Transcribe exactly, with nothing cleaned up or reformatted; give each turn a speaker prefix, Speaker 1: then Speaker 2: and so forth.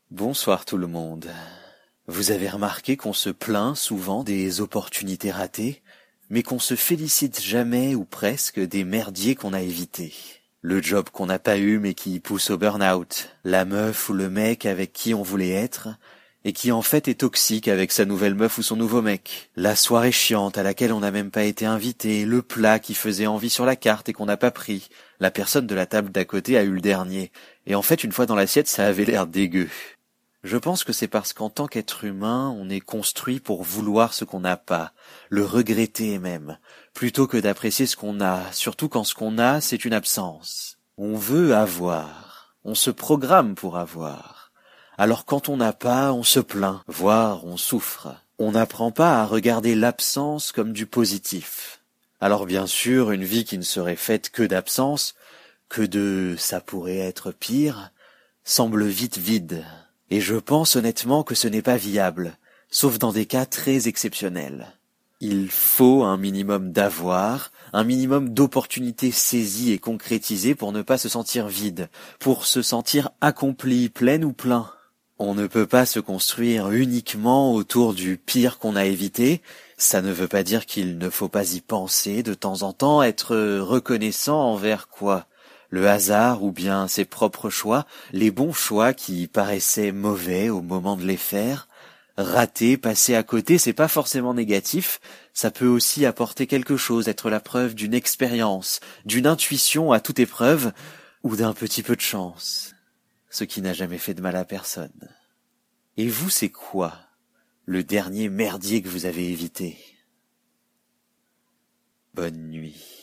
Speaker 1: Bonsoir tout le monde. Vous avez remarqué qu'on se plaint souvent des opportunités ratées, mais qu'on se félicite jamais ou presque des merdiers qu'on a évités. Le job qu'on n'a pas eu mais qui pousse au burn-out, la meuf ou le mec avec qui on voulait être, et qui en fait est toxique avec sa nouvelle meuf ou son nouveau mec, la soirée chiante à laquelle on n'a même pas été invité, le plat qui faisait envie sur la carte et qu'on n'a pas pris, la personne de la table d'à côté a eu le dernier, et en fait une fois dans l'assiette ça avait l'air dégueu. Je pense que c'est parce qu'en tant qu'être humain, on est construit pour vouloir ce qu'on n'a pas, le regretter même, plutôt que d'apprécier ce qu'on a, surtout quand ce qu'on a, c'est une absence. On veut avoir, on se programme pour avoir. Alors quand on n'a pas, on se plaint, voire on souffre. On n'apprend pas à regarder l'absence comme du positif. Alors bien sûr, une vie qui ne serait faite que d'absence, que de « ça pourrait être pire », semble vite vide. Et je pense honnêtement que ce n'est pas viable, sauf dans des cas très exceptionnels. Il faut un minimum d'avoir, un minimum d'opportunités saisies et concrétisées pour ne pas se sentir vide, pour se sentir accompli, plein ou plein. On ne peut pas se construire uniquement autour du pire qu'on a évité, ça ne veut pas dire qu'il ne faut pas y penser de temps en temps, être reconnaissant envers quoi ? Le hasard ou bien ses propres choix, les bons choix qui paraissaient mauvais au moment de les faire. Rater, passer à côté, c'est pas forcément négatif, ça peut aussi apporter quelque chose, être la preuve d'une expérience, d'une intuition à toute épreuve, ou d'un petit peu de chance, ce qui n'a jamais fait de mal à personne. Et vous, c'est quoi, le dernier merdier que vous avez évité ? Bonne nuit.